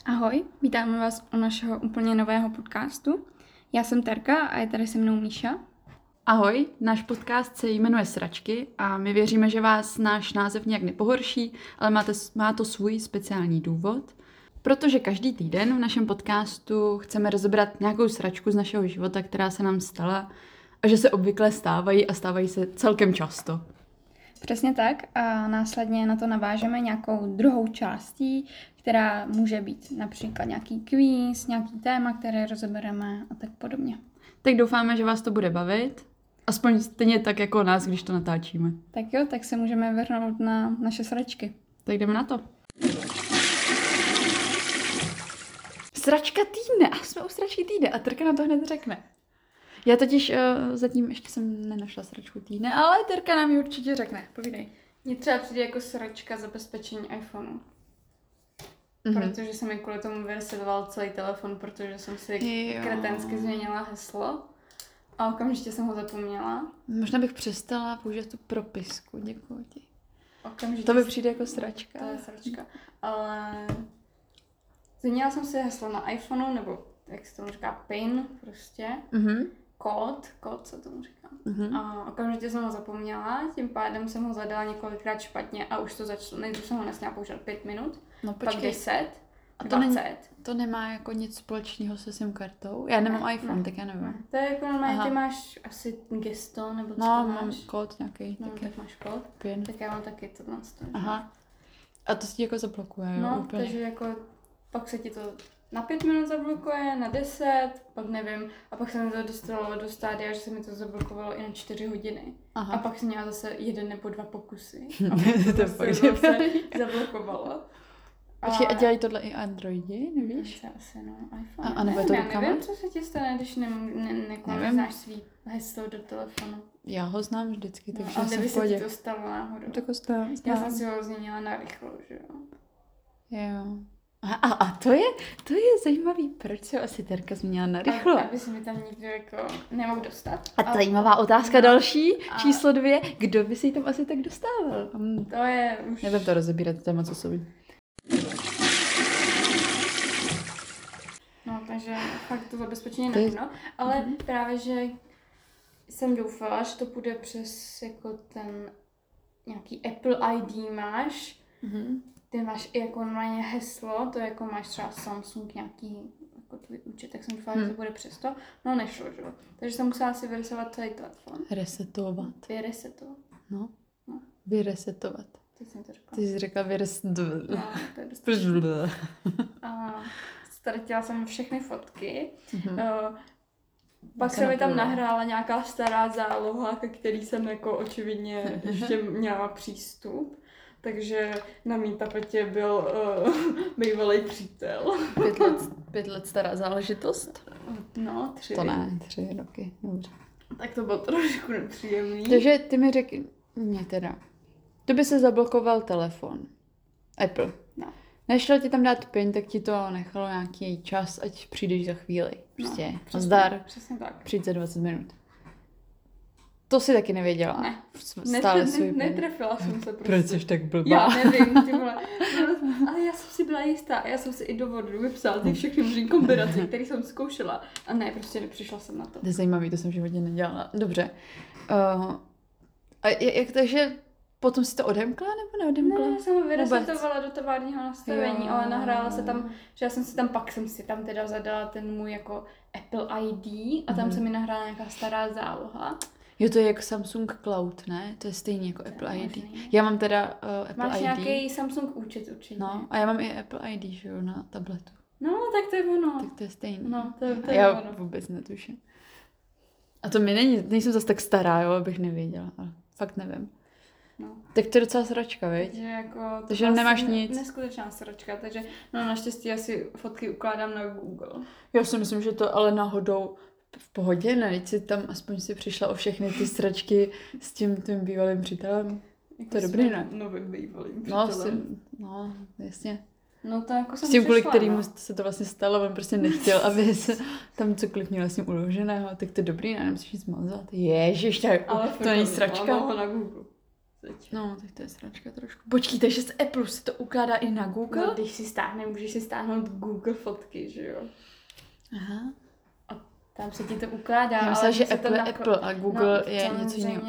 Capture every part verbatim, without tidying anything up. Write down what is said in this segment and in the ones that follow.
Ahoj, vítáme vás u našeho úplně nového podcastu. Já jsem Terka a je tady se mnou Míša. Ahoj, náš podcast se jmenuje Sračky a my věříme, že vás náš název nějak nepohorší, ale máte, má to svůj speciální důvod, protože každý týden v našem podcastu chceme rozebrat nějakou sračku z našeho života, která se nám stala a že se obvykle stávají a stávají se celkem často. Přesně tak a následně na to navážeme nějakou druhou částí, která může být například nějaký kvíz, nějaký téma, které rozebereme a tak podobně. Tak doufáme, že vás to bude bavit, aspoň stejně tak jako nás, když to natáčíme. Tak jo, tak se můžeme vrhnout na naše sračky. Tak jdeme na to. Sračka týdne. A jsme u sračky týdne a Terka nám to hned řekne. Já totiž uh, zatím ještě jsem nenašla sračku týdne, ale Terka nám ji určitě řekne. Povídej. Mně třeba přijde jako sračka zabezpečení iPhoneu. Mm-hmm. Protože jsem mi kvůli tomu vyresedoval celý telefon, protože jsem si jo. kretensky změnila heslo a okamžitě jsem ho zapomněla. Možná bych přestala použít tu propisku, děkuji ti. Okamžitě to by přijde jako sračka. To je sračka, ale změnila jsem si heslo na iPhoneu, nebo jak se tomu říká, PIN prostě. Mm-hmm. Kód, kód se tomu říká. Mm-hmm. A okamžitě jsem ho zapomněla, tím pádem jsem ho zadala několikrát špatně a už to začalo. Nejdřív jsem ho nesměla používat pět minut, no, pak deset, a to dvacet. Není, to nemá jako nic společného se SIM kartou? Já nemám ne, iPhone, ne, tak já nevím. Ne. To je jako normálně, ty máš asi gesto, nebo co no, máš? No, mám kód nějaký. No, taky. Tak máš kód. Pin. Tak já mám taky tohle. Aha. A to se ti jako zablokuje, jo? No, úplně. Takže jako pak se ti to na pět minut zablokuje, na deset, pak nevím. A pak se mi to dostalo do stádia, že se mi to zablokovalo i na čtyři hodiny. Aha. A pak jsem měla zase jeden nebo dva pokusy. A to, to zase zablokovalo. Počkej, a dělají tohle i Androidi, nevíš? Asi, no, iPhone. A, a nebo je to já rukama? nevím, co se ti stane, když ne, ne, ne, neznáš svý heslo do telefonu. Já ho znám vždycky, takže no, jsem v pohodě. A kdyby se ti to stalo náhodou. Tak ho stalo, já jsem si ho změnila na rychlo, že jo. Jo. A, a, a to je, to je zajímavý, proč se asi Terka změnila na rychlo. Aby se mi tam nikdo jako nemohl dostat. A ale... zajímavá otázka no, další, a... číslo dvě, kdo by se jí tam asi tak dostával? Hmm. To je už... Nebudem to rozebírat, to je moc osobní. No, takže fakt to zabezpečení je nevím, no. Ale mm-hmm. právě, že jsem doufala, že to půjde přes jako ten nějaký Apple I D máš. Mm-hmm. Ty máš i jako normálně heslo, to jako máš třeba Samsung nějaký jako tvůj účet, tak jsem doufala, hmm. že to bude přesto. No nešlo, že jo. Takže jsem musela si vyresetovat celý telefon. Resetovat. Vyresetovat. No. no. Vyresetovat. Teď jsem to řekla. Ty jsi řekla vyresetovat. No, to je dost. A ztratila jsem všechny fotky. Mm-hmm. Uh, pak se mi tam nahrála nějaká stará záloha, ke který jsem jako očividně ještě měla přístup. Takže na mý tapetě byl uh, bývalý přítel. Pět let, pět let stará záležitost? No, tři. To ne, tři roky, dobře. Tak to bylo trošku nepříjemný. Takže ty mi řekni, mě teda, to by se zablokoval telefon, Apple. No. Nešlo ti tam dát PIN, tak ti to nechalo nějaký čas, ať přijdeš za chvíli. Prostě, no, přesně, zdar, přesně tak. Přijď za dvacet minut. To si taky nevěděla. Ne, Stále ne, ne, netrefila jsem se prostě. Proč jsi tak blbá? Já nevím, ty vole. Ale já jsem si byla jistá, já jsem si i do vodu vypsala ty všechny možný kombinace, které jsem zkoušela. A ne, prostě nepřišla jsem na to. To je zajímavý, to jsem v životě nedělala. Dobře. Uh, a jak takže potom si to odemkla nebo neodemkla? Ne, já jsem ho vyresetovala do továrního nastavení, jo. Ale nahrála se tam, že já jsem si tam, pak jsem si tam teda zadala ten můj jako Apple I D a tam mm. se mi nahrála nějaká stará záloha. Jo, to je jako Samsung Cloud, ne? To je stejný jako to Apple I D. Možný. Já mám teda uh, Apple Máš I D. Máš nějaký Samsung účet určitě. No, a já mám i Apple I D, že jo, na tabletu. No, tak to je ono. Tak to je stejný. No, to je, to je já ono. vůbec netuším. A to mi není, nejsem zase tak stará, jo, abych nevěděla, ale fakt nevím. No. Tak to je docela sračka, viď? Takže jako... Takže nemáš ne, nic. Neskutečná sračka, takže no naštěstí asi fotky ukládám na Google. Já si myslím, že to ale náhodou v pohodě, ne? Teď si tam aspoň si přišla o všechny ty sračky s tím tvým bývalým přítelem. Jako to je dobrý, ne? Novým bývalým přítelem. No, si, no, jasně. No to jako jsem s tím, kvůli kterému no. se to vlastně stalo, on prostě nechtěl, aby se tam cokoliv měl s ním uloženého, tak to je dobrý, ne? Nemusíš nic mazat. Ježiš, tak to není sračka. Mám ho na Google. Teď. No, tak to je sračka trošku. Počkejte, že z Apple se to ukládá i na Google? No, když si stáhne, můžeš si stáhnout Google fotky, že jo? Aha. A tam se ti to ukládá. Já myslím, že se Apple to je nako... Apple a Google no, je něco jiného.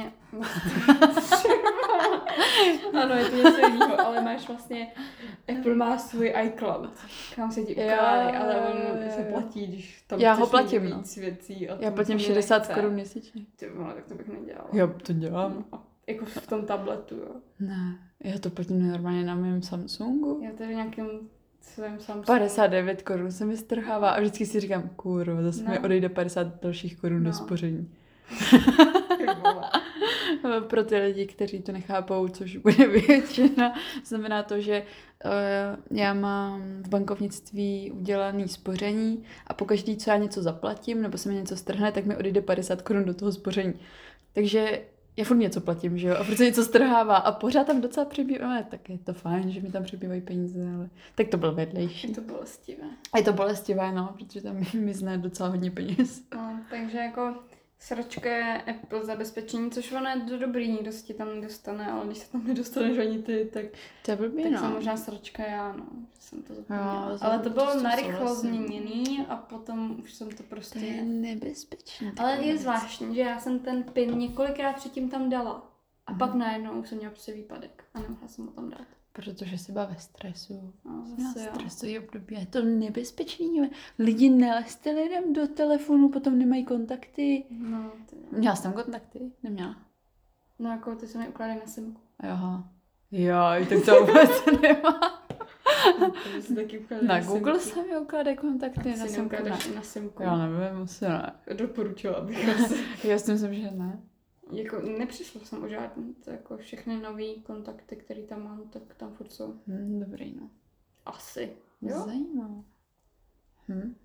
Ano, je to něco jiného, ale máš vlastně, Apple má svůj iCloud, kam se ti ukládá, ale on jo, se jo. platí, když tam Já chceš ho platím, mít no. víc věcí. A Já to platím mě šedesát nechce. korun měsíčně. Ty vole, tak to bych nedělala. Já to dělám. No, jako v tom tabletu, jo. Ne, já to platím normálně na mém Samsungu. Já tady v nějakém svém Samsungu. padesát devět korun se mi strhává a vždycky si říkám, kurva, zase No. mi odejde padesát dalších korun No. do spoření. Ty vole. Pro ty lidi, kteří to nechápou, což bude většina, znamená to, že uh, já mám v bankovnictví udělaný spoření a pokaždý, co já něco zaplatím nebo se mi něco strhne, tak mi odejde padesát korun do toho spoření. Takže já furt něco platím, že jo? A protože něco strhává a pořád tam docela přibývá, tak je to fajn, že mi tam přibývají peníze, ale tak to bylo vedlejší. Je to bolestivé. A je to bolestivé, no, protože tam mi zná docela hodně peněz. No, takže jako sračka je Apple zabezpečení, což ono je do dobrý, nikdo se ti tam nedostane, ale když se tam nedostaneš ani ty, tak, To je blbý, tak no. jsem možná sračka já, no, že jsem to zapomněla. Jo, Ale to bylo to narychlo souhlasím. změněný a potom už jsem to To prostě... je nebezpečné. Ale je takové zvláštní, že já jsem ten pin několikrát předtím tam dala. A Mhm. pak najednou jsem měla prostě výpadek a nemohla jsem ho tam dát. Protože jsi byla ve stresu. No, Na zase jo. stresový období. Je to nebezpečný. ale Lidi nelezte lidem do telefonu, potom nemají kontakty. No, ty, Měla jsi tam kontakty? Neměla. no jako ty se mi ukládají na simku. Aha. Jo, tak to vůbec nemá. To se taky ukládají Na na Google simku. se mi ukládají kontakty, A na ty si simku ne. neukládáš i na simku. Já nevím, asi ne. Doporučila bych asi. Já si myslím, že ne. Jako nepřišla jsem o žádný, to jako všechny nový kontakty, které tam mám, tak tam furt jsou. Hm, dobrý, no. Asi. Jo? Zajímavé. Hm.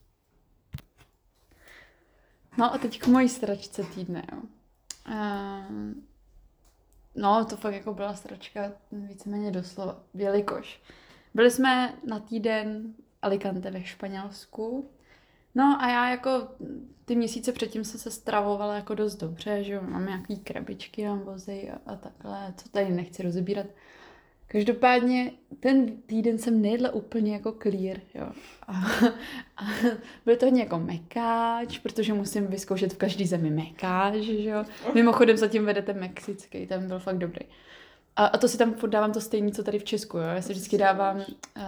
No a teď k mojí stračce týdne, jo. Um, no, to fakt jako byla stračka víceméně doslova, jelikož byli jsme na týden v Alicante ve Španělsku. No a já jako ty měsíce předtím jsem se stravovala jako dost dobře, že jo, mám nějaký krabičky, mám vozy a, a takhle, co tady nechci rozebírat. Každopádně ten týden jsem nejedla úplně jako clear, jo. A, a bylo to hodně jako mekáč, protože musím vyzkoušet v každý zemi mekáč, že jo. Mimochodem zatím vedete mexický, ten byl fakt dobrý. A, a to si tam furt dávám to stejný, co tady v Česku, jo. Já si vždycky dávám uh,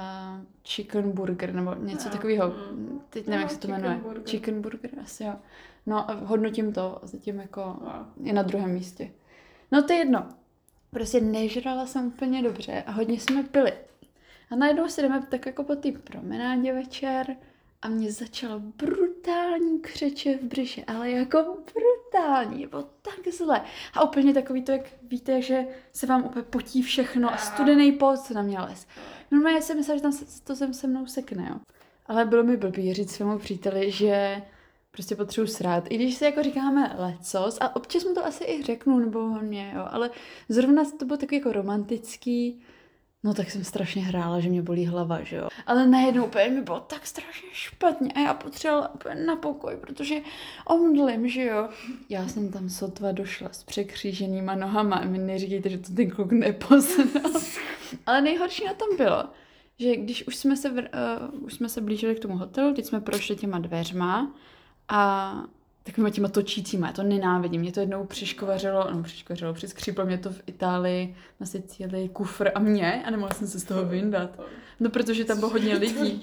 chicken burger nebo něco Jo. takového. Mm. Teď nevím, jak se to Chicken jmenuje. burger. Chicken burger, asi jo. No a hodnotím to a zatím jako Wow. je na druhém místě. No to je jedno. Prostě nežrala jsem úplně dobře a hodně jsme pili. A najednou si jdeme tak jako po té promenádě večer a mě začalo brutální křeče v břiše, ale jako brutální, bylo tak zle. A úplně takový to, jak víte, že se vám úplně potí všechno a studený pot se na mě les. Normálně jsem myslela, že tam se, to sem se mnou sekne, jo. Ale bylo mi blbý říct svému příteli, že prostě potřebuji srát. I když si jako říkáme lecos, a občas mu to asi i řeknu, nebo mě, jo, ale zrovna to bylo takový jako romantický, no tak jsem strašně hrála, že mě bolí hlava, že jo. Ale najednou úplně mi bylo tak strašně špatně a já potřebovala úplně na pokoj, protože omdlím, že jo. Já jsem tam sotva došla s překříženýma nohama a mi neříkejte, že to ten kluk nepoznal. Ale nejhorší na tom bylo, že když už jsme se, vr- uh, už jsme se blížili k tomu hotelu, teď jsme prošli těma dveřma a takovýma těma točícíma, já to nenávidím, mě to jednou přiškovařilo, no přiškovařilo, přiskříplo mě to v Itálii, na Sicílii, kufr a mě a nemohla jsem se z toho vyndat. No protože tam bylo hodně lidí.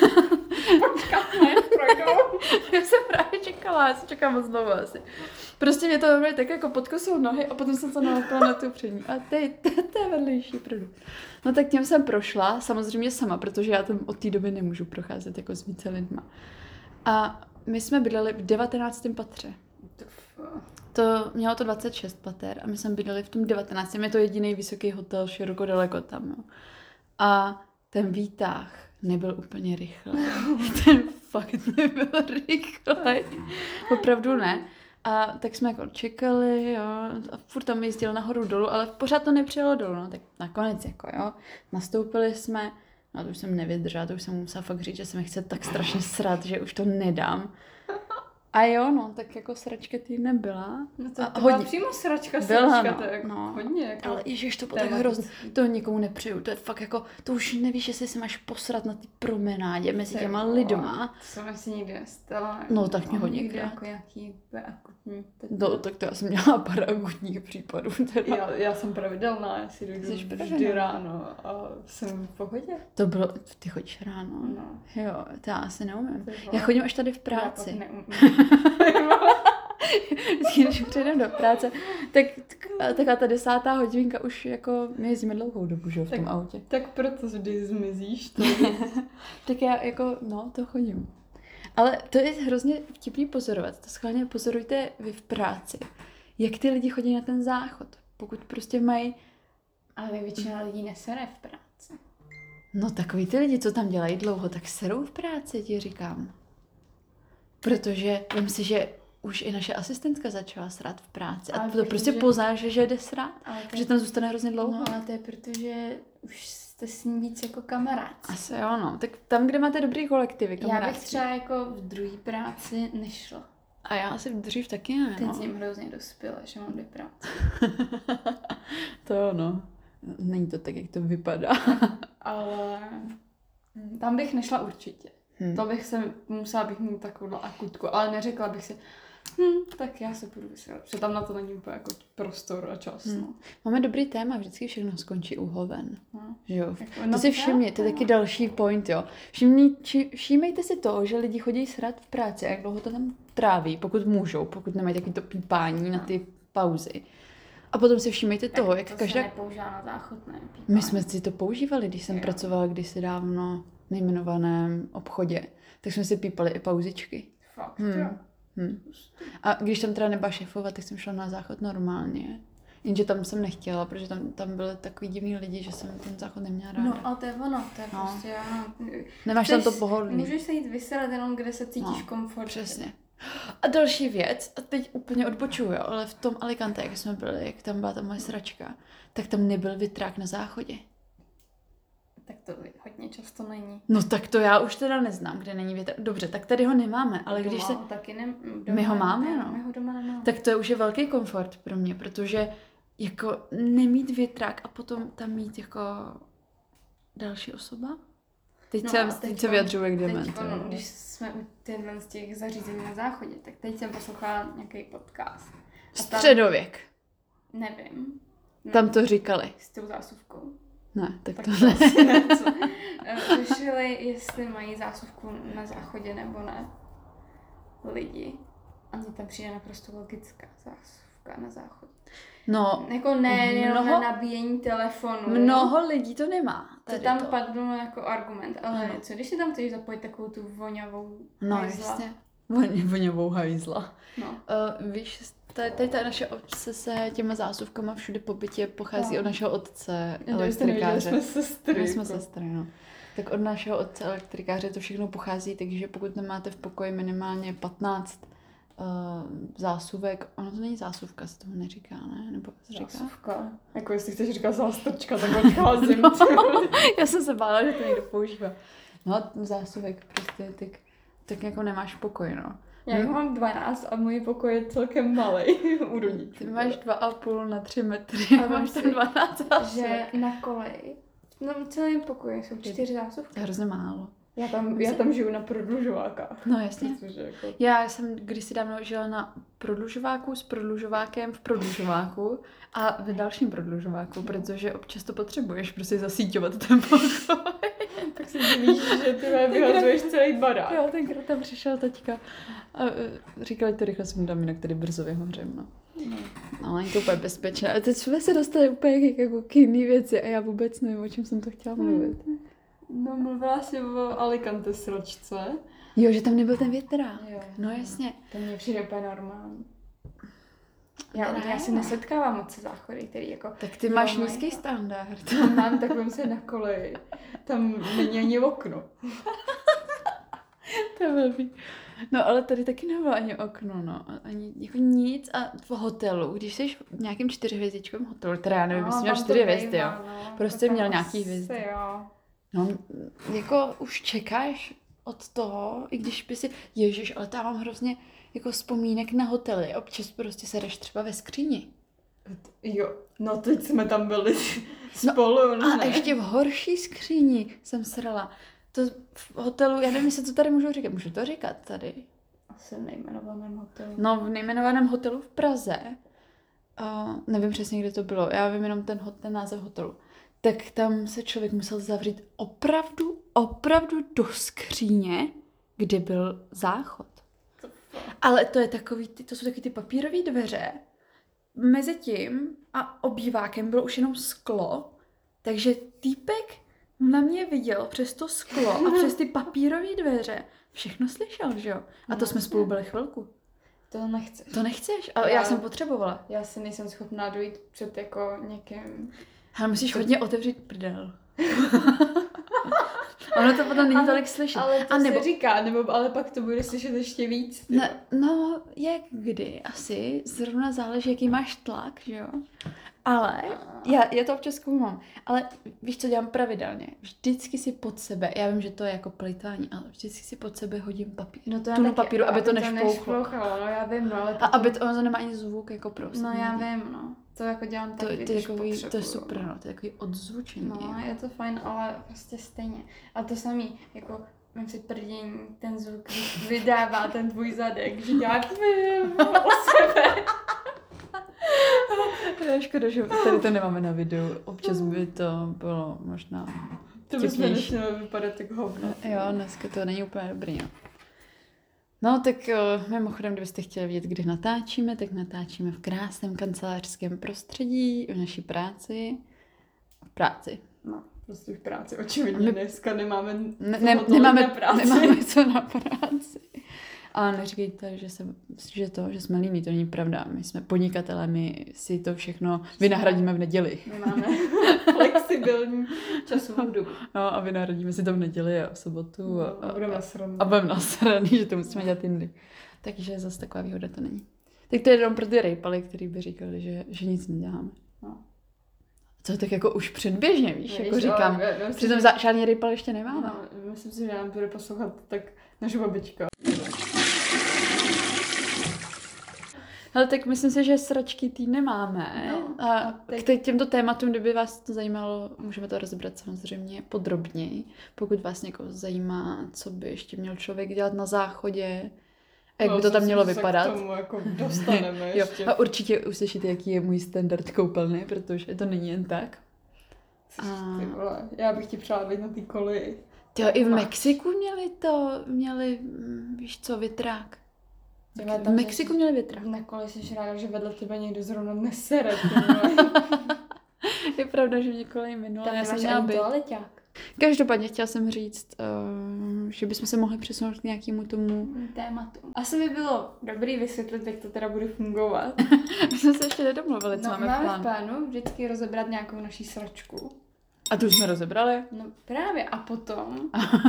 Počkat, ne, projdou. Já jsem právě čekala, já jsem čekala moc dlouho asi. Prostě mě to bylo tak jako pod kosou nohy a potom jsem se nalepila na tu přední. A to je, to, to je vedlejší produkt. No tak tím jsem prošla, samozřejmě sama, protože já tam od té doby nemůžu procházet jako s více lidma. A my jsme bydleli v devatenáctém patře. To mělo to dvacet šest pater a my jsme bydleli v tom devatenáctém Je to jediný vysoký hotel, široko daleko tam. Jo. A ten výtah nebyl úplně rychlý. Ten fakt nebyl rychlý. Opravdu ne. A tak jsme jako čekali, jo, a furt tam jezdil nahoru dolů, ale pořád to nepřijelo dolů, no, tak nakonec jako, jo, nastoupili jsme, no to už jsem nevydržela, to už jsem musela fakt říct, že se mi chce tak strašně srat, že už to nedám. A jo, no, tak jako sračka týdne byla. No to, a to hodně. byla přímo sračka, Byla, sračka, no, to je jako no. hodně. Jako Ale ježiš, to bylo tak tematický. hrozné. To nikomu nepřeju. To je fakt jako, to už nevíš, jestli se máš posrat na ty promenádě mezi těma Ty vole, lidma. To se mi asi nikdy nestalo. No, tak mě Mám hodněkrát. někdy jako nějaký úplně akutní. No, tak to já jsem měla pár akutních případů. Teda. Já, já jsem pravidelná, já si dojdu Jsi vždy pravidelná. ráno a jsem v pohodě. To bylo, ty chodíš ráno? No. Jo, to já asi neumím. Ty Já vole. chodím až tady v Já práci. pak neumím. Když přijdem do práce, tak taková ta desátá hodinka už jako, my jezdíme dlouhou dobu, že jo, v tom Tak- autě. Tak proto vždy zmizíš. To Tak já jako, no, to chodím. Ale to je hrozně vtipný pozorovat. To schválně pozorujte vy v práci. Jak ty lidi chodí na ten záchod. Pokud prostě mají, Ale většina lidí nesere v práci. no takový ty lidi, co tam dělají dlouho, tak serou v práci, ti říkám. Protože vím si, že už i naše asistentka začala srát v práci. A Ale to prostě protože- poznáš, že jde srát. Ale to, Protože tam zůstane hrozně dlouho. no, ale to je protože už jste s ním víc jako kamarád. Asi jo, no. Tak tam, kde máte dobrý kolektivy, Já kamarádství. bych třeba jako v druhé práci nešla. A já asi dřív taky ne, Teď no. s ním hrozně dospěla, že mám dvě práce. To jo, no. Není to tak, jak to vypadá. Ale tam bych nešla určitě. Hm. To bych se, musela bych mít takovou akutku, ale neřekla bych si, hm, tak já se budu vysílat, protože tam na to není úplně jako prostor a čas, Hm. no. Máme dobrý téma, vždycky všechno skončí u hoven. no. Že jo? Jako, To no si všimni, to je taky další point, jo. Všimni, či, všímejte si to, že lidi chodí srát v práci a jak dlouho to tam tráví, pokud můžou, pokud nemají taky to pípání na ty pauzy. A potom si všímejte toho, Tak jak to každá... se nepoužívá na záchod, ne? Pípání. My jsme si to používali, když jsem Jo. pracovala kdysi dávno v nejmenovaném obchodě, tak jsme si pípali i pauzičky. Fakt, Hm. jo. Hm. A když tam teda nebyla šéfova, tak jsem šla na záchod normálně. Jenže tam jsem nechtěla, protože tam, tam byly takový divní lidi, že jsem ten záchod neměla ráda. No a to je ono, to je No. prostě, já, Nemáš tam to chceš- pohodlí. Můžeš se jít vyselat jenom, kde se cítíš No, komfortně. Přesně. A další věc, a teď úplně odbočuju, jo, ale v tom Alicante, jak jsme byli, jak tam byla ta moje sračka, tak tam nebyl vitrák na záchodě. Tak to hodně často není. No tak to já už teda neznám, kde není vitrák. Dobře, tak tady ho nemáme, ale když Doma se... ho taky ne, My ho doma máme, ne, no. My ho doma nemáme. Tak to je už je velký komfort pro mě, protože jako nemít větrák a potom tam mít jako další osoba. Teď No se, a teď teď se on- vyjadřuju jak Teď, dement. ono, jo. když jsme u těchto z těch zařízení na záchodě, tak teď jsem poslouchala nějaký podcast. A tam, Středověk. nevím. Ne, Tam to říkali. s tou zásuvkou. Ne, tak, Tak to to ne. asi ne. Co? Eh, Řešili, jestli mají zásuvku na záchodě nebo ne. Lidi. A mně tam přijde naprosto logická zásuvka na záchodě. No, Jako ne jenom Mnoho- na nabíjení telefonu. mnoho lidí to nemá. To Tady tam to. padlo jako argument, ale Ano. co když si tam chceš zapojit takovou tu voňavou No, hajzla? jasně. Voň- Voňavou hajzla. No. Uh, víš, tady, tady ta naše obsese těma zásuvkama všude po bytě pochází No. od našeho otce, Kdybyste nevěděli, elektrikáře. jsme sestry. My jsme jako. sestry, no. Tak od našeho otce elektrikáře to všechno pochází, takže pokud nemáte v pokoji minimálně patnáct uh, zásuvek, ono to není zásuvka, se tomu neříká, ne? Nebo se říká? Zásuvka. Jako jestli chceš říkat zástrčka, tak odcházím. No. Já jsem se bála, že to někdo používá. No, zásuvek prostě, tak, tak jako nemáš pokoj, no. Já jich mám dvanáct a můj pokoj je celkem malej u rodičů. Ty máš dva a půl na tři metry A a máš vem tam si, dvanáct zásuvek. Že na koleji, no v celém pokoji jsou čtyři To zásuvky. je hrozně málo. Já tam, já tam žiju na prodlužovákách. No jasně. Protože jako... Já jsem kdysi dávno žila na prodlužováku s prodlužovákem v prodlužováku a v dalším prodlužováku, protože občas to potřebuješ prostě zasíťovat ten pokoj. Tak si divíš, že ty vyhazuješ celý barák. Jo, tenkrát tam přišel teďka a e, říkali to rychle svým dám, jinak tady brzo vyhořím, no. No. No, není to úplně bezpečné. A teď jsme se dostali úplně jako k jiný věci a já vůbec nevím, o čem jsem to chtěla mluvit. No, mluvila jsi o Alicante sračce. Jo, že tam nebyl ten větrák. Jo. No jasně. To mně přijde úplně normální. Já, Ne. já se nesetkávám moc se záchody, který jako... Tak ty máš Jo, mají nízký to. standard. Tam mám, tak vem se na koleji. Tam není ani okno. To je velmi. No ale tady taky nebylo ani okno, no. Ani jako nic a v hotelu, když jsi v nějakém čtyřhvězdičkovém hotelu, teda já nevím, No, jestli měl tam to čtyři hvězdy, jo. bývá, no. Prostě To tam měl nějaký asi hvězdy. Jo. No, jako už čekáš od toho, i když by si, ježiš, ale já mám hrozně jako vzpomínek na hotely, občas prostě se jdeš třeba ve skříni. Jo, no teď jsme tam byli spolu, no, a ne? Ještě v horší skříni jsem srala. To v hotelu, já nevím, jestli to tady můžu říkat, můžu to říkat tady? Asi v nejmenovaném hotelu. No, v nejmenovaném hotelu v Praze. Uh, nevím přesně, kde to bylo, já vím jenom ten, ten název hotelu. Tak tam se člověk musel zavřít opravdu, opravdu do skříně, kde byl záchod. Ale to je takový, to jsou taky ty papírové dveře. Mezi tím a obývákem bylo už jenom sklo, takže týpek na mě viděl přes to sklo a přes ty papírové dveře. Všechno slyšel, že jo? A to no, jsme spolu byli chvilku. To nechceš. To nechceš, ale já, já jsem potřebovala. Já si nejsem schopná dojít před jako někým. Ale musíš to... hodně otevřít prdel. Ono to potom není tolik slyšet. Ale to a nebo... se říká, nebo ale pak to bude slyšet ještě víc. Ne, no, jak kdy asi, zrovna záleží, jaký máš tlak, že jo? Ale, já, já to občas zkoumám, ale víš, co dělám pravidelně? Vždycky si pod sebe, já vím, že to je jako plejtvání, ale vždycky si pod sebe hodím papír. No to já Tunu taky, papíru, aby, aby to nešplouchalo. No já vím, no ale... A aby to, ono to nemá ani zvuk, jako prostě. No já vím, no. To jako dělám to, taky, to, je takový, to je super, no, to je takový odzvučení. No, je to fajn, ale prostě stejně. A to samý, jako mám si prdění, ten zvuk, když vydává ten tvůj zadek, že dělá o sebe. Je škoda, že tady to nemáme na videu. Občas by to bylo možná to bychom nešli vypadat tak hovno. Jo, dneska to není úplně dobrý, no. No tak uh, mimochodem, kdybyste chtěli vědět, kdy natáčíme, tak natáčíme v krásném kancelářském prostředí, v naší práci. V práci. No, prostě v práci. Očividně my... dneska nemáme ne, ne, nemáme, na práci. Nemáme co na práci. A neříkejte, že, se, že to, že jsme líní, to není pravda. My jsme podnikatelé, my si to všechno vynahradíme v neděli. My máme flexibilní časovou dobu. No a vynahradíme si to v neděli a v sobotu. A, a budeme nasraný. A budeme nasraný, že to musíme dělat jindy. Takže zase taková výhoda to není. Tak to je jenom pro ty rejpaly, který by říkali, že, že nic neděláme. No. To tak jako už předběžně, víš, víš jako říkám. Jo, přitom že... žádný rejpal ještě nemáme. No, myslím si, že nám bude poslouchat tak naše babička. Ale tak myslím si, že sračky týdne máme. No, a teď... k těmto tématům, kdyby vás to zajímalo, můžeme to rozebrat samozřejmě podrobněji. Pokud vás někoho zajímá, co by ještě měl člověk dělat na záchodě, a jak no, by to tam mělo vypadat. K tomu jako dostaneme ještě. Jo, a určitě uslyšíte, jaký je můj standard koupelny, protože to není jen tak. A... Ty vole, já bych ti přála být na té koleji. Jo, i v Mexiku měli to, měli, víš co, větrák. Těma, v Mexiku měli větrák. Na kole jsi ráda, že vedle tebe někdo zrovna nesere. Je pravda, že mě kolej minula. Já jsem měla být. Každopádně chtěla jsem říct, uh, že bychom se mohli přesunout k nějakému tomu tématu. Asi by bylo dobrý vysvětlit, jak to teda bude fungovat. My jsme se ještě nedomluvili, co no, máme, máme v plánu. v plánu vždycky rozebrat nějakou naší sračku. A tu jsme rozebrali? No právě, a potom...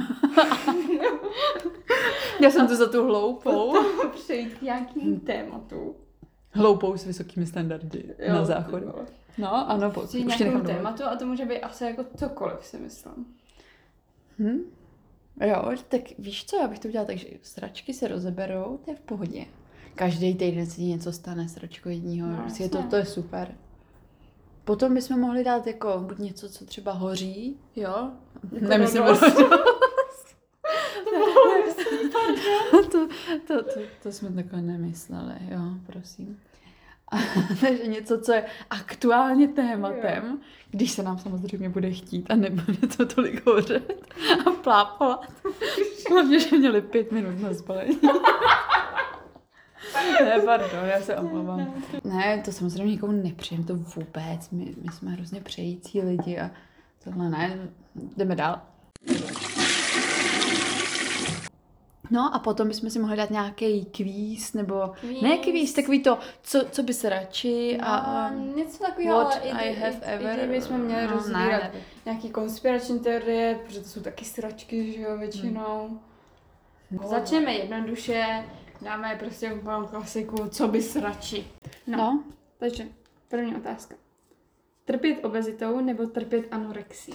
Já jsem tu za tu hloupou. Potom přejít k nějakým tématu. Hloupou s vysokými standardy jo, na záchodu. No, ano, po, už nějakou tématu a to může být asi jako cokoliv, si myslím. Hm? Jo, tak víš co, já bych to udělala tak, že sračky se rozeberou, to je v pohodě. Každý týden se něco stane, sračko jedního, no, je to, to je super. Potom bychom mohli dát jako buď něco, co třeba hoří, jo? Jako nemyslím to, to, to, to, to jsme takhle nemysleli, jo, prosím. Takže něco, co je aktuálně tématem, jo. Když se nám samozřejmě bude chtít a nebude to tolik hořet a plápovat. Hlavně, že měli pět minut na spalení. Ne, pardon, já se omlouvám. Ne, to samozřejmě nikomu nepřijím, to vůbec. My, my jsme hrozně přející lidi a tohle ne. Jdeme dál. No a potom bychom si mohli dát nějaký kvíz, nebo kvíz. Ne kvíz, takový to, co, co by se radši no, a něco takového, ale i, I have i, ever. i bychom měli no, rozvírat ne, ne. nějaký konspirační teorie, protože to jsou taky sračky, že jo, většinou. Hmm. Začneme jednoduše, dáme prostě úplnou klasiku, co by srači. No, no, takže první otázka. Trpět obezitou nebo trpět anorexií?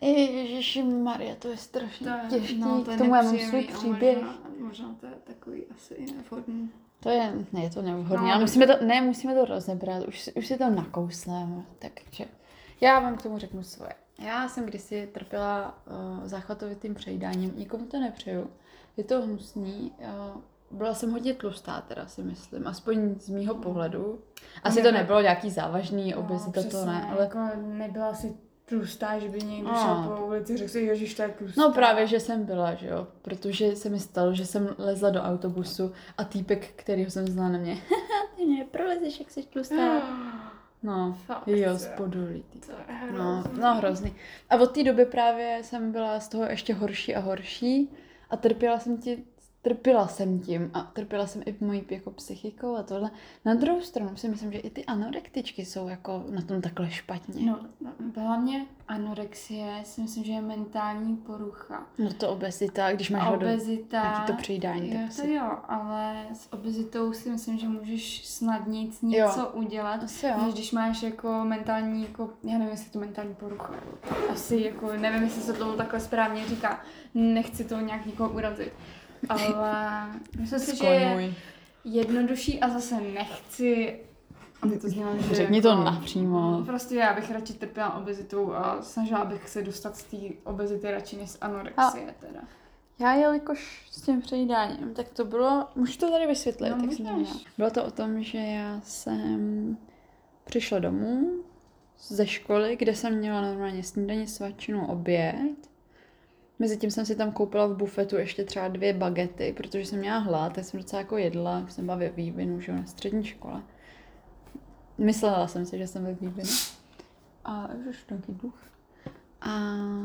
Ježišimarja, to je strašně to je, těžký. No, to je k tomu já mám svůj příběh. Možná, možná to je takový asi nevhodný. To je, ne, je to nevhodný, no, ale musíme to, ne, musíme to rozebrat, už, už si to nakousleme, takže já vám k tomu řeknu svoje. Já jsem kdysi trpěla uh, záchvatovitým přejídáním, nikomu to nepřeju, je to hnusný, uh, byla jsem hodně tlustá teda si myslím, aspoň z mýho pohledu. Asi to nebylo nějaký závažný obezita, no, to ne, ale... Jako nebyla si tlustá, že by někdo šel po ulici, řekl si, ježiš, to je tlustá. No právě, že jsem byla, že jo, protože se mi stalo, že jsem lezla do autobusu a týpek, kterýho jsem znala na mě, ty neprolezeš, jak jsi tlustá. No, fakt, jo, spodolí. No, no, hrozný. A od té doby právě jsem byla z toho ještě horší a horší a trpěla jsem ti Trpěla jsem tím a trpěla jsem i mojí jako psychikou a tohle. Na druhou stranu si myslím, že i ty anorektičky jsou jako na tom takhle špatně. No, hlavně anorexie si myslím, že je mentální porucha. No to obezita, když máš obezita, nějaký to přejídání. Jo, tak to si... jo, ale s obezitou si myslím, že můžeš snadněji něco jo. udělat, Asi jo. než když máš jako mentální, jako, já nevím, jestli to mentální porucha. Asi jako, nevím, jestli se tomu takhle správně říká. Nechci to nějak nikoho urazit. Ale myslím si, že je jednodušší a zase nechci, aby to znělo, že řekni jako, to napřímo. Prostě já bych radši trpěla obezitou a snažila bych se dostat z té obezity radši než z anorexie a teda. Já jelikož s tím přejídáním, tak to bylo, můžu to tady vysvětlit, no, tak jsem Bylo to o tom, že já jsem přišla domů ze školy, kde jsem měla normálně snídaní, svačinu, oběd. Mezitím jsem si tam koupila v bufetu ještě třeba dvě bagety, protože jsem měla hlad, tak jsem docela jako jedla, jsem byla ve vývinu, že jo, na střední škole. Myslela jsem si, že jsem ve vývinu. A už taky duch. A...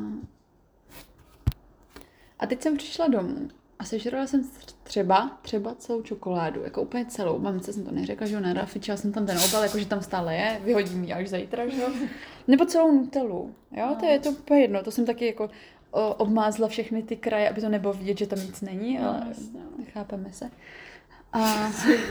a teď jsem přišla domů a sežrala jsem třeba, třeba celou čokoládu, jako úplně celou. Mamce jsem to neřekla, že jo, narafičila jsem tam ten obal, jakože tam stále je, vyhodím ji až zítra, že jo. Nebo celou Nutellu, jo, to je to úplně jedno, to jsem taky jako... obmázla všechny ty kraje, aby to nebylo vidět, že tam nic není, ale nechápeme se. A...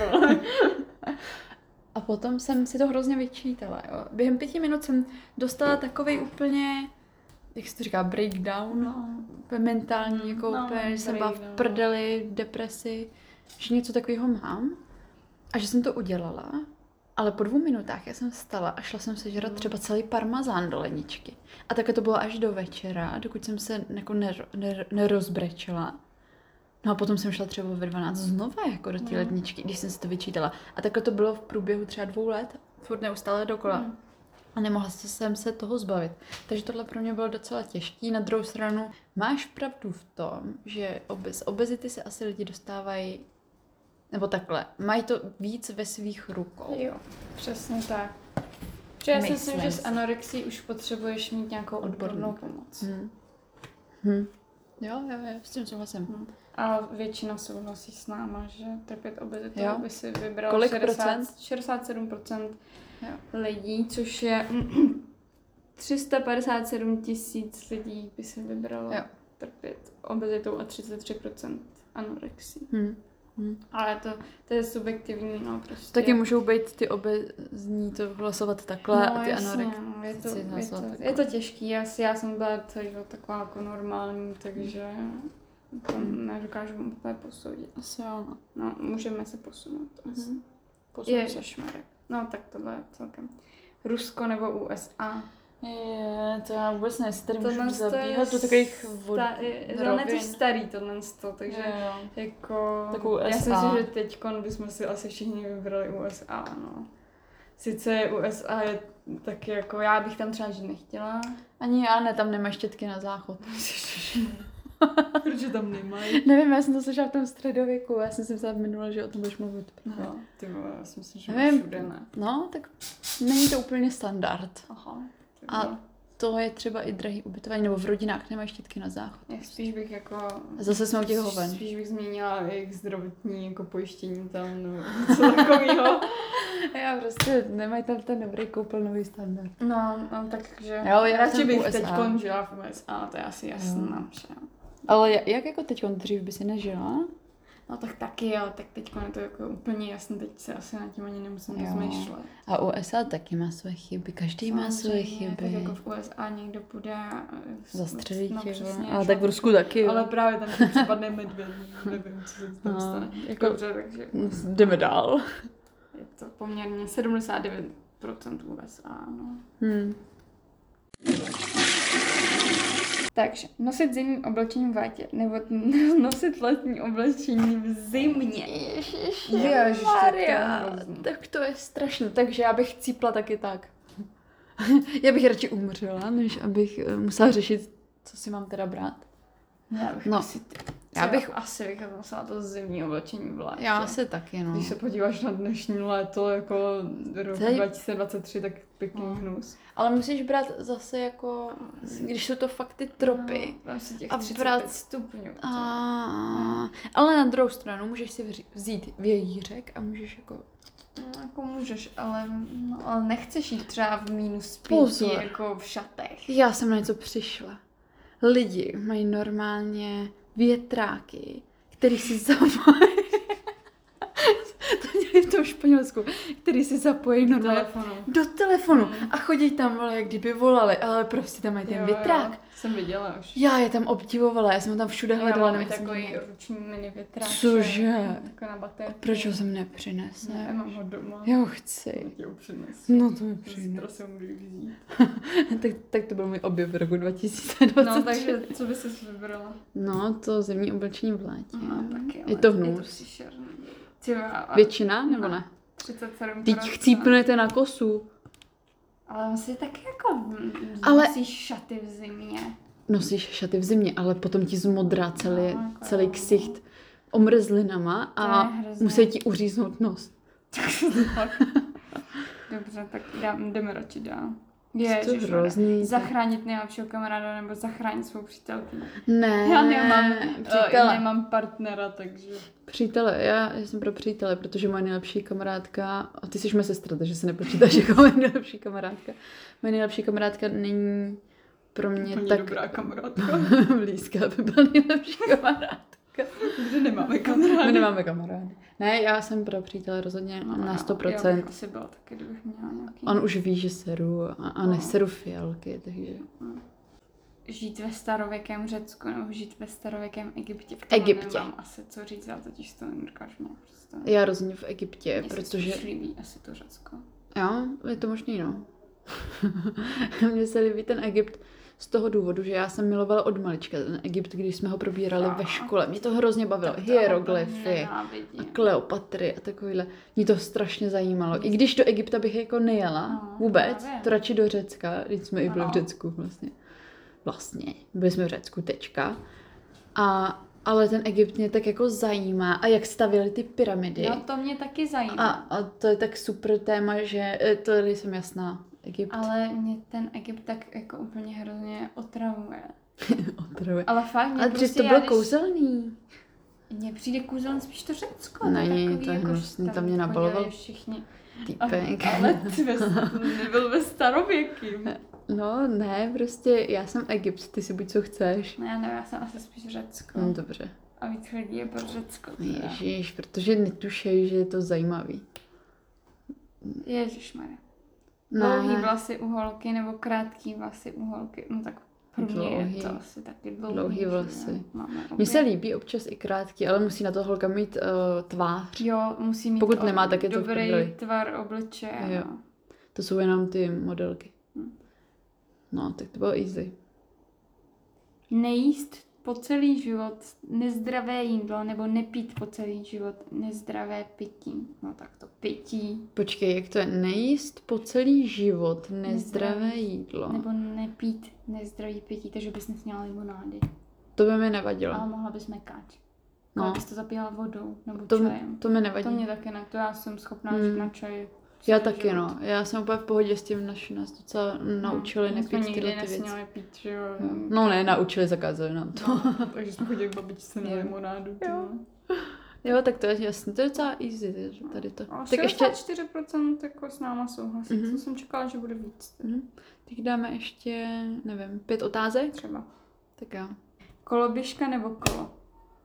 a potom jsem si to hrozně vyčítala. Jo. Během pěti minut jsem dostala takovej úplně, jak se to říká, breakdown, no. mentální, mm, jako no, úplně, že jsem byla v prdeli, v depresi, že něco takového mám a že jsem to udělala. Ale po dvou minutách já jsem vstala a šla jsem sežrat třeba celý parmazán do ledničky. A takhle to bylo až do večera, dokud jsem se jako ner, ner, nerozbrečela. No a potom jsem šla třeba ve dvanáct znova jako do té no. ledničky, když jsem si to vyčítala. A takhle to bylo v průběhu třeba dvou let, furt neustále dokola. Mm. A nemohla jsem se toho zbavit. Takže tohle pro mě bylo docela těžký. Na druhou stranu máš pravdu v tom, že bez obezity se asi lidi dostávají nebo takhle, mají to víc ve svých rukou. Jo, přesně tak. Protože já si myslím, že s anorexí už potřebuješ mít nějakou odbornou pomoc. Hmm. Hmm. Jo, jo, jo, s tím souhlasím. Hmm. A většina souhlasí s náma, že trpět obezitou by si vybral Kolik šedesát, procent? šedesát sedm procent lidí, což je tři sta padesát sedm tisíc lidí by si vybralo jo. trpět obezitou a třicet tři procent anorexí. Hmm. Hmm. Ale to, to je subjektivní, no prostě. Taky můžou být ty obezní to hlasovat takhle no, a ty anorexici no, je to, je to, je to těžký, já, já jsem byla celý život taková jako normální, takže to nedokážu úplně posoudit. Asi jo, no. No, můžeme se posunout. Hmm. Ježišmarek. No tak tohle je celkem. Rusko nebo U S A? Je, to já vůbec ne, si tady můžu zabíhat do takových vod, rovin. To je starý tohle, takže je, jako, já si myslím, že teďkon bychom si asi všichni vybrali U S A, no. Sice U S A je taky jako, já bych tam třeba žít nechtěla. Ani já ne, tam nemají štětky na záchod. Proč tam nemají? Nevím, já jsem to slyšela v tom středověku, já jsem si vzala minule, že o tom budeš mluvit. No, ty vole, já si myslím, že nevím, všude ne. No, tak není to úplně standard. Aha. A to je třeba i drahý ubytování, nebo v rodinách nemají štítky na záchod. Já spíš bych jako... Zase jsme u těch hoven. Spíš bych změnila jejich zdravotní jako pojištění tam, nebo něco takového. Já prostě nemají tam ten dobrý koupelnový standard. No, no takže jo, já radši bych teďkon žila v U S A, to je asi jasné. Ale jak jako teďkon dřív by si nežila? No tak taky, ale tak teď je to jako úplně jasné, teď se asi na tím ani nemusím rozmýšlet. A U S A taky má své chyby, každý Samozřejmě, má své chyby. Tak jako v U S A někdo půjde a zastřelí no, tě, přesně, ale tak v Rusku taky. Jo. Ale právě tam ti připadne medvěd, nevím, co se tam stane. No, jako, dobře, takže jdeme dál. Je to poměrně sedmdesát devět procent U S A, no. Hmm. Takže nosit zimní oblečení v létě, nebo nosit letní oblečení v zimě. Ježišmarja, tak to je strašné. Takže já bych cípla taky tak. Já bych radši umřela, než abych musela řešit, co si mám teda brát. Já bych no. asi, já bych asi bych musela to zimní oblečení v létě. Já asi taky, no. Když se podíváš na dnešní léto, jako rok Tady... dva tisíce dvacet tři, tak pěkný no. hnus. Ale musíš brát zase jako, když jsou to fakt ty tropy. No, asi těch a třicet pět stupňů. A... Ale na druhou stranu můžeš si vzít vějířek a můžeš jako... No, jako můžeš, ale, no, ale nechceš jít třeba v minus pěti, jako v šatech. Já jsem na něco přišla. Lidi mají normálně větráky, který si zapojí. To měli v tom Španělsku, který si zapojí do telefonu. Do telefonu. Mm. A chodí tam, vole, jak kdyby volali, ale prostě tam mají ten jo, větrák. Jo, jsem viděla už. Já je tam obdivovala, já jsem ho tam všude hledala. Já mám i takový ruční mini větrák. Cože? Jako na baterky. Proč ho jsem nepřinesla? Ne, mám ho doma. Já ho chci. Já ti ho přinesu. No to mi přines. Zítra se ho můžu vzít. tak, tak to byl můj objev v roku dva tisíce dvacet tři. No takže co by ses vybrala? No to zimní oblečení v létě. No, taky, je to hnus. Je to Těba, většina, nebo ne? třicet sedm procent. Teď chcípnete na kosu. Ale musí taky jako ale... nosíš šaty v zimě. Nosíš šaty v zimě, ale potom ti zmodrá celý, no, jako celý ksicht omrzlinama a musí ti uříznout nos. Dobře, tak dám, jdeme radši dál. Ježiš, to hrozný. Zachránit nejlepšího kamaráda nebo zachránit svou přítelkyni. Ne, já nemám, přítele. nemám partnera, takže... Přítele, já, já jsem pro přítele, protože moje nejlepší kamarádka, a ty jsi moje sestra, takže se nepočítáš jako moje nejlepší kamarádka. Moje nejlepší kamarádka není pro mě Úplně tak... dobrá kamarádka. blízká, aby byla nejlepší kamarádka. Protože nemáme kamarády. My nemáme kamarády. Ne, já jsem pro přítele rozhodně no, na sto procent. Já bych asi byla taky, kdybych měla nějaký... On už ví, že seru a, a neseru fialky, takže... Žít ve starověkém Řecku nebo žít ve starověkém Egyptě. V Egyptě. Nemám asi co říct, já totiž to nedokážu mě představit. Já rozhodně v Egyptě, Mně protože... se líbí asi to Řecko. Jo, je to možný, no. Mně se líbí ten Egypt z toho důvodu, že já jsem milovala od malička ten Egypt, když jsme ho probírali a, ve škole. Mě to hrozně bavilo. Hieroglyfy a Kleopatry a takovýhle. Mě to strašně zajímalo. I když do Egypta bych jako nejela no, vůbec, právě. To radši do Řecka, když jsme no. i byli v Řecku vlastně. Vlastně, byli jsme v Řecku, tečka. A, ale ten Egypt mě tak jako zajímá. A jak stavěli ty pyramidy. No to mě taky zajímá. A, a to je tak super téma, že to tady jsem jasná. Egypt. Ale mě ten Egypt tak jako úplně hrozně otravuje. otravuje. Ale fakt mě Ale prostě to bylo když... kouzelný. Mně přijde kouzelný spíš to Řecko. Není, to je jako, hnusný, tam mě nabaloval všichni. týpek. Ale ty nebyl ve starověkým. No ne, prostě já jsem Egypt, ty si buď co chceš. Ne, ne, já jsem asi spíš Řecko. No dobře. A víc lidí je pro Řecko. Teda. Ježiš, protože netušejí, že je to zajímavý. Ježišmarja. Dlouhý vlasy u holky nebo krátký vlasy u holky. No tak pro mě dlouhý. Je to asi taky dlouhý. Dlouhý vlasy. Mně se líbí občas i krátký, ale musí na to holka mít uh, tvář. Jo, musí mít Pokud nemá, tak je to dobrý tvar obličeje. Jo. No. To jsou jenom ty modelky. Hm. No, tak to bylo easy. Nejíst po celý život nezdravé jídlo nebo nepít po celý život nezdravé pití. No tak to pití. Počkej, jak to je? Nejíst po celý život nezdravé, nezdravé jídlo. Nebo nepít nezdravý pití, takže bys nesměla limonády. To by mi nevadilo. Ale mohla bys mekat. No. Ale bys to zapíjela vodou nebo to, čajem. To mi nevadí. To mě taky ne, to já jsem schopná žít hmm. na čaji. Já taky, život. No. Já jsem úplně v pohodě s tím, naši nás docela naučili no, nepít tyhle ty věci. Pít, že jo. No ne, naučili, zakázali nám to. No, takže jsme chodili k babičce na limonádu. Jo. Jo, tak to je jasný, to je docela easy tady to. A tak ještě čtyři procenta jako s náma souhlasí, mm-hmm. co jsem čekala, že bude víc. Mm-hmm. Tak dáme ještě, nevím, pět otázek? Třeba. Tak jo. Koloběžka nebo kolo?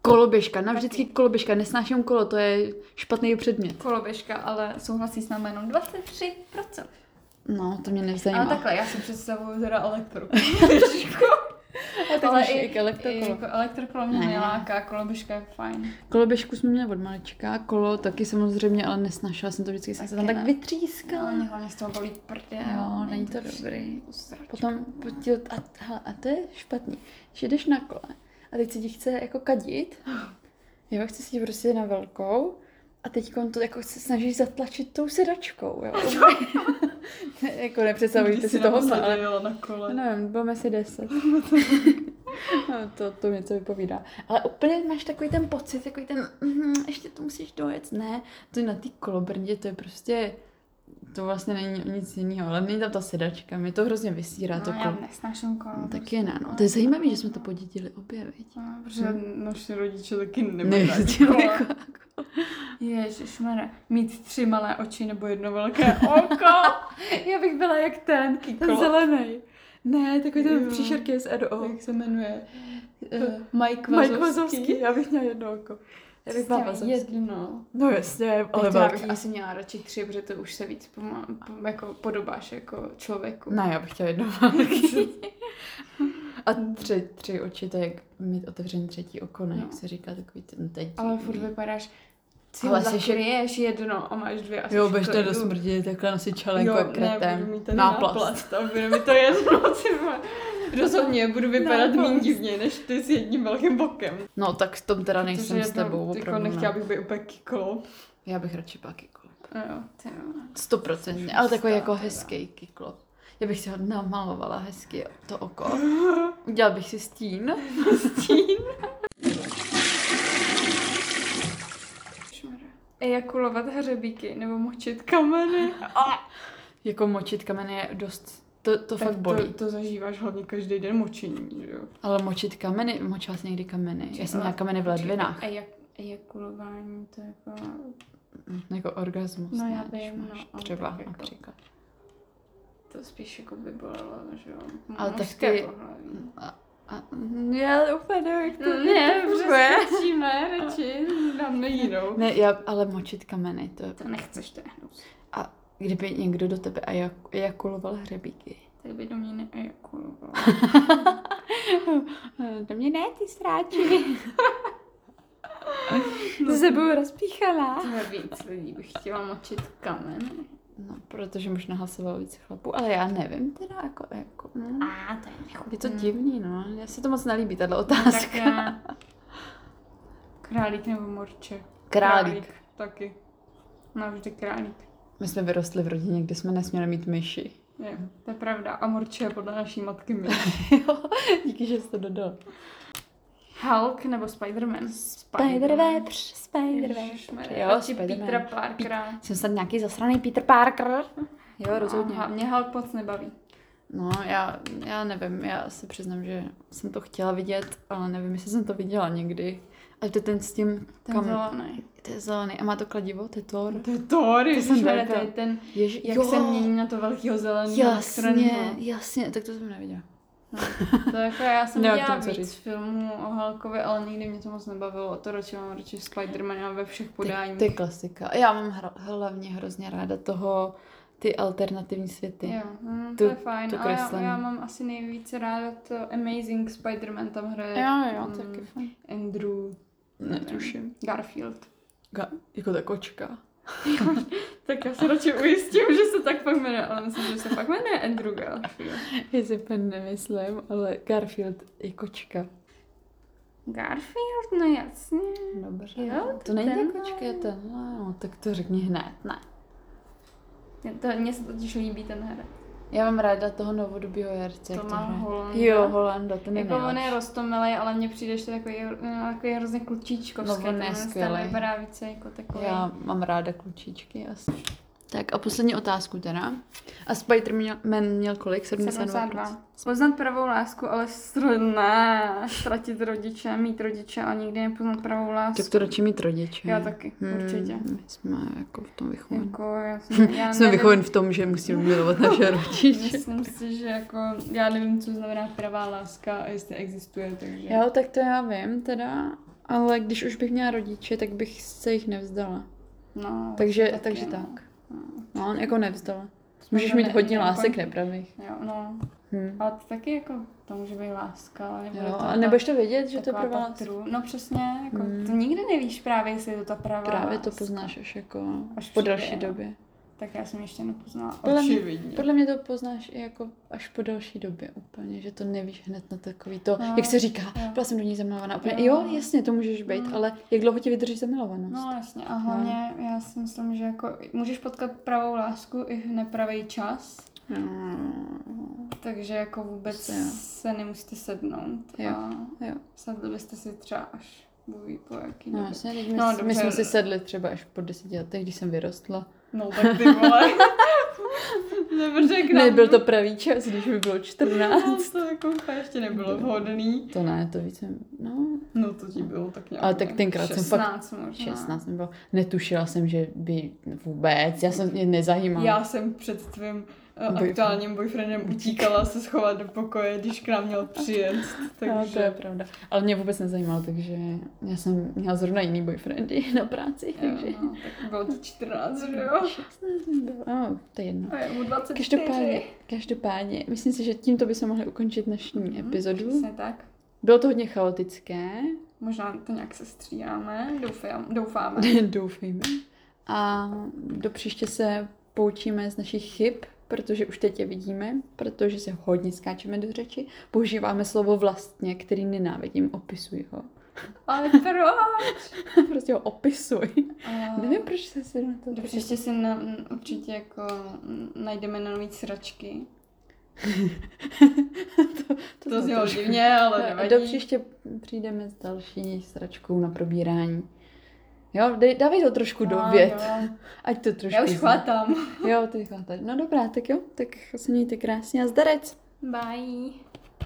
Koloběžka, navždycky koloběžka, nesnáším kolo, to je špatný předmět. Koloběžka, ale souhlasí s námi jenom dvacet tři procent. No, to mě nezajímá. Ale takhle, já si představuju teda elektro. ale ale i, i, elektrokolo. i jako elektrokolo mě neláká, koloběžka je fajn. Koloběžku jsme měli od malička, kolo taky samozřejmě, ale nesnášela jsem to vždycky, jsem se tam tak vytřískala. Ale mě hlavně z toho bolí prdě. Jo, není to dobrý. Potom, a, hele, a to je špatný, že jdeš na kole a teď se ti chce jako kadit, jo, chce si ti prostě na velkou a teď to jako se snažíš zatlačit tou sedačkou, jo. Jako nepředstavujte si toho, ale na kole. Nevím, bylo mi asi deset. No, to, to něco vypovídá. Ale úplně máš takový ten pocit, takový ten, mm, ještě to musíš dojet, ne? To na té kolobrndě, to je prostě, to vlastně není nic jiného, ale není tam ta sedačka, mě to hrozně vysírá. No, to já kolo. nesnáším kolo. No, tak je ne, no. To je zajímavé, že jsme to podědili obě, viď? No, protože hmm. naši rodiče taky nemají Nejezdili jako. Ježišmarja, mít tři malé oči nebo jedno velké oko. Já bych byla jak ten, ten zelený. Ne, takový ten příšerky z R O. Jak se jmenuje? Uh, Mike Vazovský. Mike Vazovský, já bych měla jedno oko. Já bych byla Vazovský. Jedno. No jasně, ale já velké. bych asi měla radši tři, protože to už se víc pomá, pom, jako podobáš jako člověku. Ne, já bych chtěla jedno velké. A tři, tři oči, to je jak mít otevřený třetí oko, ne? No. Jak se říká, takový ten teď. Ale furt vypadáš, ty ale zakryješ jedno a máš dvě a jo, běžte do smrti, takhle nosit čelenku a kretem. Jo, ne, budu mít ten náplast a bude mi to jedno, ty rozhodně budu vypadat méně divně, než ty s jedním velkým bokem. No, tak v tom teda nejsem Protože s tebou, jako opravdu. Nechtěla bych být úplně kyklop. Já bych radši byla kyklop. Jo, ty jo. Stoprocentně, ale takový jako hezký kyklop. Já bych si ho namalovala hezky to oko. Udělala bych si stín. Stín. Ejakulovat hřebíky nebo močit kameny. Jako močit kameny je dost, to, to fakt bolí. To, to zažíváš hlavně každý den močení, že jo? Ale močit kameny, močila jsi někdy kameny. Já jsem měla kameny v ledvinách. Ejak, ejakulování, to je jako... Jako orgasmus. No ne, já vím, no. Třeba jako, například. To spíš jako by bolelo, že jo? Ale tak ty... A, a, já úplně nevím, jak to no, ne, přeskočíme, radši, dáme jinou. Ne, já, ale močit kameny, to je... To nechceš, to je hnus. A kdyby někdo do tebe ejakuloval hřebíky? Tak by do mě neejakuloval. Do mě ne, ty sráči. No, se budu rozpíchaná. To je víc lidí bych chtěla močit kameny. No, protože možná hlasoval víc chlapů, ale já nevím teda, jako, jako no. A, to je nechutný. Je to divný, no, já se to moc nelíbí, tato otázka. Tak já... Králík nebo morče? Králík. Králík, taky. No, vždy králík. My jsme vyrostli v rodině, kde jsme nesměli mít myši. Jo, to je pravda. A morče je podle naší matky myš. Jo, díky, že jsi to dodal. Hulk nebo Spider-Man? Spider-Vepř, Spider-Vepř. Jo, Spider-Man. Petra Parkera. Jsem snad nějaký zasraný Peter Parker. Jo, rozhodně. No, mě Hulk moc nebaví. No, já, já nevím, já se přiznám, že jsem to chtěla vidět, ale nevím, jestli jsem to viděla někdy. A to je ten s tím... Ten kam... zelený. To je zelený. A má to kladivo? To je Thor? To je Thor, ježišmarja, to je ten, Ježi... jak jo. se mění na to velkého zeleného. Jasně, jasně, tak to jsem neviděla. No, to jako já jsem viděla víc říct. filmů o Hulkovi, ale nikdy mě to moc nebavilo. To radši mám radši Spider-Mana ve všech podáních. To je klasika. Já mám hra, hlavně hrozně ráda toho, ty alternativní světy. Jo, mm, to tu, je fajn, ale já, já mám asi nejvíce ráda to Amazing Spider-Man, tam hraje jo, jo, um, taky fajn. Andrew, netuším. Garfield. Ga, jako ta kočka. Tak já se radši ujistím, že se tak fakt jmenuje, ale myslím, že se fakt jmenuje Andrew Garfield. Já si úplně nemyslím, ale Garfield je kočka. Garfield? No jasně. Dobře. Jo, to není ta kočka, je ten, no, tak to řekni hned, ne. Mně se totiž líbí ten herec. Já mám ráda toho novodobího herce. To má Holanda. Jo, Holanda, ten je jako on je roztomilej, ale mně přijde, že to je takový, takový hrozně klučíčkovský. No, on je skvělej. Vypadá více jako takový. Já mám ráda klučíčky, asi. Tak a poslední otázku teda. A Spider-Man měl kolik? sedmdesát dva. Poznat pravou lásku, ale ne, ztratit rodiče, mít rodiče a nikdy nepoznat pravou lásku. Tak to radši mít rodiče. Já taky, hmm, určitě. My jsme jako v tom vychovani. Jako, já jsem, já jsme vychovani v tom, že musíme milovat naše rodiče. Myslím si, že jako, já nevím, co znamená pravá láska a jestli existuje, takže... Jo, tak to já vím teda. ale když už bych měla rodiče, tak bych se jich nevzdala. No, takže, taky, takže no. tak. No, jako nevzdala. Jsme Můžeš to mít ne- hodně ne- lásek ne- nepravých. Jo, no. Hmm. Ale to taky jako, to může být láska, ale nebude Jo, to a ta- nebudeš to vědět, že to je taková pravá ta láska. true. No přesně, jako, Hmm. to nikdy nevíš právě, jestli je to ta pravá Právě to láska. poznáš až jako Až po přijde, další no. době. Tak já jsem ještě nepoznala. Podle mě, Očividně. podle mě to poznáš i jako až po další době úplně, že to nevíš hned na takový to, No, jak se říká, jo. byla jsem do ní zamilovaná. Úplně, Jo. jo, jasně, to můžeš být, Mm. ale jak dlouho ti vydrží zamilovanost? No jasně, a hlavně já si myslím, že jako můžeš potkat pravou lásku i v nepravý čas, Mm. takže jako vůbec Jo. se nemusíte sednout. Jo, A jo. sedli byste si třeba až Bůh ví po jaký No době. jasně, teď my, No, my dobře. jsme si sedli třeba až po deseti letech, když jsem vyrostla. No tak ty vole. Nevrřek nám. Nebyl to pravý čas, když mi bylo No, čtrnáct. to jako úplně ještě nebylo vhodný. To ne, to víc jsem, no, No to ti bylo tak nějak. ale tak tenkrát jsem fakt šestnáct možná. šestnáct nebo netušila jsem, že by vůbec, já jsem mě nezajímala. Já jsem před tvým uh, Boyfriend. aktuálním boyfriendem utíkala se schovat do pokoje, když k nám měl přijet. Takže... No, to je pravda. Ale mě vůbec nezajímalo, takže já jsem měla zrovna jiný boyfriendy na práci, takže... Jo, no, tak bylo to čtrnáct, že jo? šestnáct mi bylo, no, to je jedno. A je mu dvacet čtyři. Každopádně, každopádně, myslím si, že tímto bychom mohli ukončit dnešní Mhm, epizodu. Přesně tak. Bylo to hodně chaotické, Možná to nějak se střídáme, doufám, doufáme. doufejme. A do příště se poučíme z našich chyb, protože už teď je vidíme, protože se hodně skáčeme do řeči. Používáme slovo vlastně, který nenávidím, opisuj ho. Ale proč? Prostě ho opisuj. A... Nevím, proč se si na to... Do příště si na, určitě jako najdeme na nový sračky. to, To, to snad znělo trošku- divně, ale nevadí. Do příště přijdeme s další sračkou na probírání. Jo, dej, dávej to trošku do No, vět. jo. Ať to trošku... Já už zní. chvátám. Jo, ty chvátáš. No dobrá, tak jo, tak se mějte krásně a zdarec. Bye.